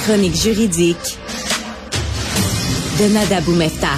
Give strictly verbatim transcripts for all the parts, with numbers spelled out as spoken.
chronique juridique de Nada Boumefta.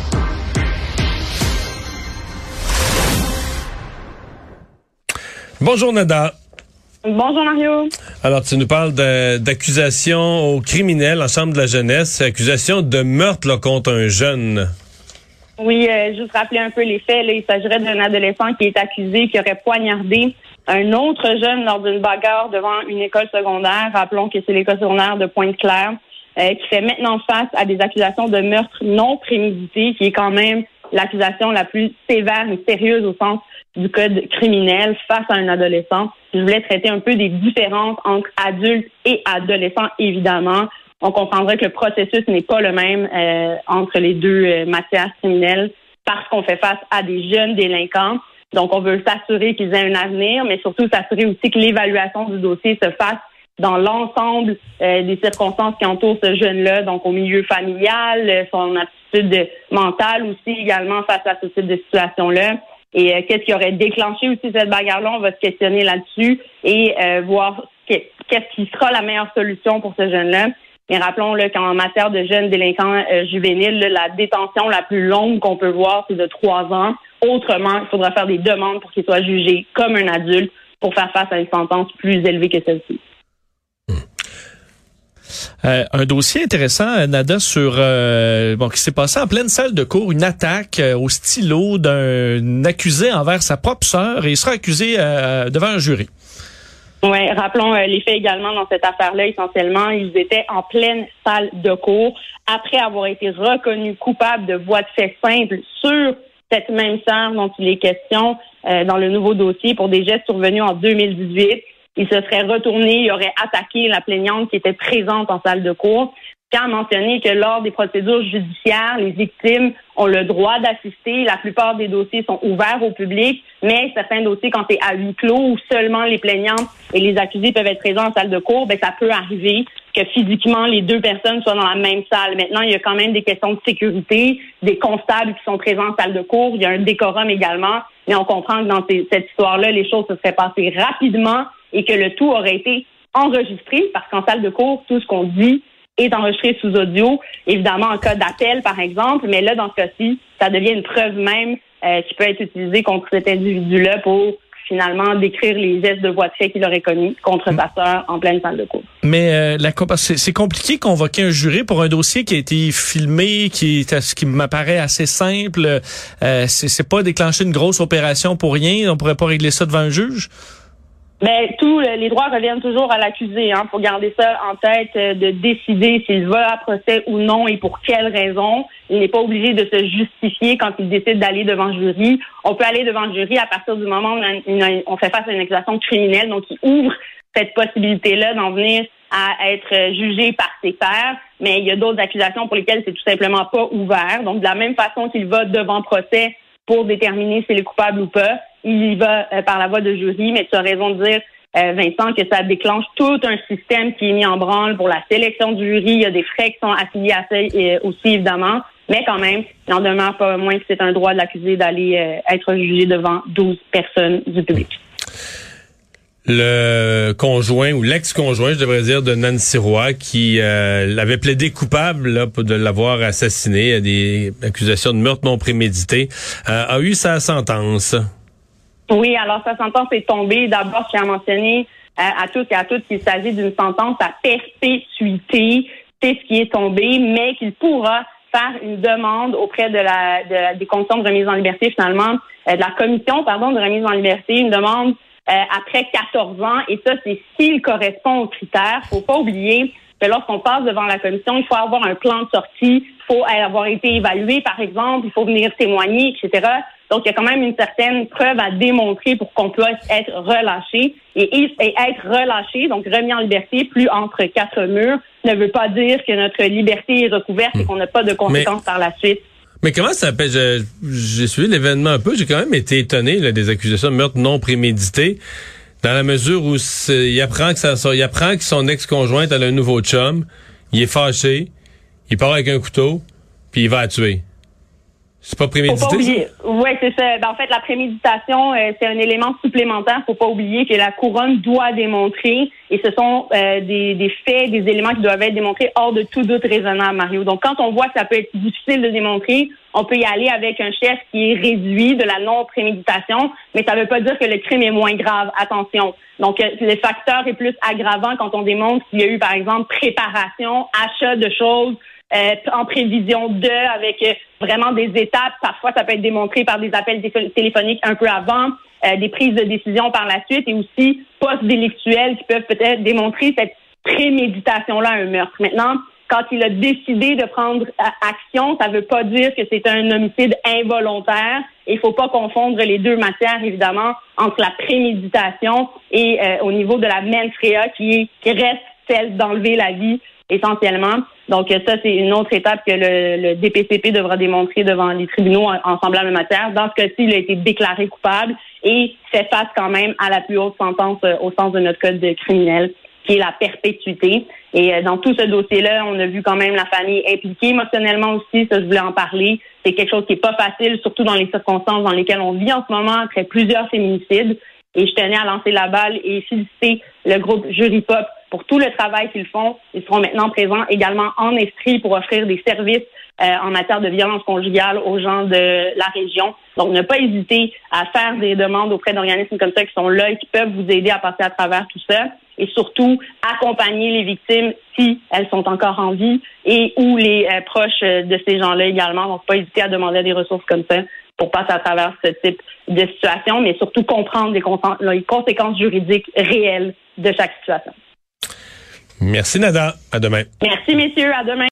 Bonjour Nada. Bonjour Mario. Alors, tu nous parles de, d'accusations au criminel en chambre de la jeunesse, accusation de meurtre là, contre un jeune. Oui, euh, juste rappeler un peu les faits. Là, il s'agirait d'un adolescent qui est accusé, qui aurait poignardé un autre jeune lors d'une bagarre devant une école secondaire. Rappelons que c'est l'école secondaire de Pointe-Claire, euh, qui fait maintenant face à des accusations de meurtre non prémédité, qui est quand même l'accusation la plus sévère et sérieuse au sens du code criminel face à un adolescent. Je voulais traiter un peu des différences entre adultes et adolescents, évidemment. On comprendrait que le processus n'est pas le même euh, entre les deux euh, matières criminelles parce qu'on fait face à des jeunes délinquants. Donc, on veut s'assurer qu'ils aient un avenir, mais surtout s'assurer aussi que l'évaluation du dossier se fasse dans l'ensemble euh, des circonstances qui entourent ce jeune-là, donc au milieu familial, son aptitude mentale aussi également face à ce type de situation-là. Et euh, qu'est-ce qui aurait déclenché aussi cette bagarre-là? On va se questionner là-dessus et euh, voir qu'est- qu'est-ce qui sera la meilleure solution pour ce jeune-là. Mais rappelons là, qu'en matière de jeunes délinquants euh, juvéniles, là, la détention la plus longue qu'on peut voir, c'est de trois ans. Autrement, il faudra faire des demandes pour qu'il soit jugé comme un adulte pour faire face à une sentence plus élevée que celle-ci. Euh, un dossier intéressant, Nada, sur euh, bon qui s'est passé en pleine salle de cours, une attaque euh, au stylo d'un accusé envers sa propre sœur et il sera accusé euh, devant un jury. Oui, rappelons euh, les faits également dans cette affaire-là. Essentiellement, ils étaient en pleine salle de cours après avoir été reconnus coupables de voies de fait simples sur cette même sœur dont il est question euh, dans le nouveau dossier pour des gestes survenus en deux mille dix-huit. Il se serait retourné, il aurait attaqué la plaignante qui était présente en salle de cours. Je tiens à mentionner que lors des procédures judiciaires, les victimes ont le droit d'assister. La plupart des dossiers sont ouverts au public, mais certains dossiers, quand c'est à huis clos où seulement les plaignantes et les accusés peuvent être présents en salle de cours, ben ça peut arriver que physiquement les deux personnes soient dans la même salle. Maintenant, il y a quand même des questions de sécurité, des constables qui sont présents en salle de cours. Il y a un décorum également, mais on comprend que dans ces, cette histoire-là, les choses se seraient passées rapidement et que le tout aurait été enregistré parce qu'en salle de cours, tout ce qu'on dit est enregistré sous audio, évidemment en cas d'appel, par exemple, mais là, dans ce cas-ci, ça devient une preuve même euh, qui peut être utilisée contre cet individu-là pour finalement décrire les gestes de voie de fait qu'il aurait commis contre sa sœur en pleine salle de cours. Mais euh, la, c'est, c'est compliqué convoquer un jury pour un dossier qui a été filmé, qui, ce qui m'apparaît assez simple. Euh, c'est, c'est pas déclencher une grosse opération pour rien. On pourrait pas régler ça devant un juge? Ben, tous les droits reviennent toujours à l'accusé. Hein, pour garder ça en tête, euh, de décider s'il va à procès ou non et pour quelles raisons. Il n'est pas obligé de se justifier quand il décide d'aller devant le jury. On peut aller devant le jury à partir du moment où on, a une, on fait face à une accusation criminelle, donc il ouvre cette possibilité-là d'en venir à être jugé par ses pairs. Mais il y a d'autres accusations pour lesquelles c'est tout simplement pas ouvert. Donc, de la même façon qu'il va devant procès pour déterminer s'il est coupable ou pas, il y va euh, par la voie de jury, mais tu as raison de dire, euh, Vincent, que ça déclenche tout un système qui est mis en branle pour la sélection du jury. Il y a des frais qui sont affiliés à ça euh, aussi, évidemment, mais quand même, il n'en demeure pas moins que c'est un droit de l'accusé d'aller euh, être jugé devant douze personnes du public. Le conjoint ou l'ex-conjoint, je devrais dire, de Nancy Roy, qui euh, l'avait plaidé coupable là, de l'avoir assassiné à des accusations de meurtre non prémédité, euh, a eu sa sentence. Oui, alors sa sentence est tombée. D'abord, je tiens à mentionner euh, à tous et à toutes qu'il s'agit d'une sentence à perpétuité. C'est ce qui est tombé, mais qu'il pourra faire une demande auprès de la, de la des conditions de remise en liberté, finalement, euh, de la commission, pardon, de remise en liberté, une demande euh, après quatorze ans. Et ça, c'est s'il correspond aux critères. Faut pas oublier que lorsqu'on passe devant la commission, il faut avoir un plan de sortie, il faut avoir été évalué, par exemple, il faut venir témoigner, et cetera. Donc, il y a quand même une certaine preuve à démontrer pour qu'on puisse être relâché. Et, et être relâché, donc remis en liberté, plus entre quatre murs, ne veut pas dire que notre liberté est recouverte et qu'on n'a pas de conséquences mais, par la suite. Mais comment ça s'appelle? Je, j'ai suivi l'événement un peu. J'ai quand même été étonné là, des accusations de meurtre non prémédité, dans la mesure où il apprend que ça, il apprend que son ex-conjointe a un nouveau chum, il est fâché, il part avec un couteau, puis il va la tuer. C'est pas prémédité? Faut pas oublier. Oui, c'est ça. Ben, en fait, la préméditation, euh, c'est un élément supplémentaire. Faut pas oublier que la couronne doit démontrer, et ce sont euh, des, des faits, des éléments qui doivent être démontrés hors de tout doute raisonnable, Mario. Donc, quand on voit que ça peut être difficile de démontrer, on peut y aller avec un chef qui est réduit de la non-préméditation, mais ça veut pas dire que le crime est moins grave. Attention. Donc, euh, le facteur est plus aggravant quand on démontre qu'il y a eu, par exemple, préparation, achat de choses, Euh, en prévision de, avec euh, vraiment des étapes. Parfois, ça peut être démontré par des appels té- téléphoniques un peu avant, euh, des prises de décision par la suite, et aussi post-délictuels qui peuvent peut-être démontrer cette préméditation-là à un meurtre. Maintenant, quand il a décidé de prendre euh, action, ça ne veut pas dire que c'est un homicide involontaire. Il ne faut pas confondre les deux matières, évidemment, entre la préméditation et euh, au niveau de la mens rea, qui, est, qui reste celle d'enlever la vie essentiellement. Donc ça, c'est une autre étape que le, le D P C P devra démontrer devant les tribunaux en, en semblable matière. Dans ce cas-ci, il a été déclaré coupable et fait face quand même à la plus haute sentence euh, au sens de notre code criminel, qui est la perpétuité. Et euh, dans tout ce dossier-là, on a vu quand même la famille impliquée émotionnellement aussi. Ça, je voulais en parler. C'est quelque chose qui est pas facile, surtout dans les circonstances dans lesquelles on vit en ce moment, après plusieurs féminicides. Et je tenais à lancer la balle et féliciter le groupe Jury Pop pour tout le travail qu'ils font. Ils seront maintenant présents également en Estrie pour offrir des services euh, en matière de violence conjugale aux gens de la région. Donc, ne pas hésiter à faire des demandes auprès d'organismes comme ça qui sont là et qui peuvent vous aider à passer à travers tout ça. Et surtout, accompagner les victimes si elles sont encore en vie et ou les euh, proches de ces gens-là également. Donc, pas hésiter à demander des ressources comme ça pour passer à travers ce type de situation, mais surtout comprendre les, cons- les conséquences juridiques réelles de chaque situation. Merci, Nada. À demain. Merci, messieurs. À demain.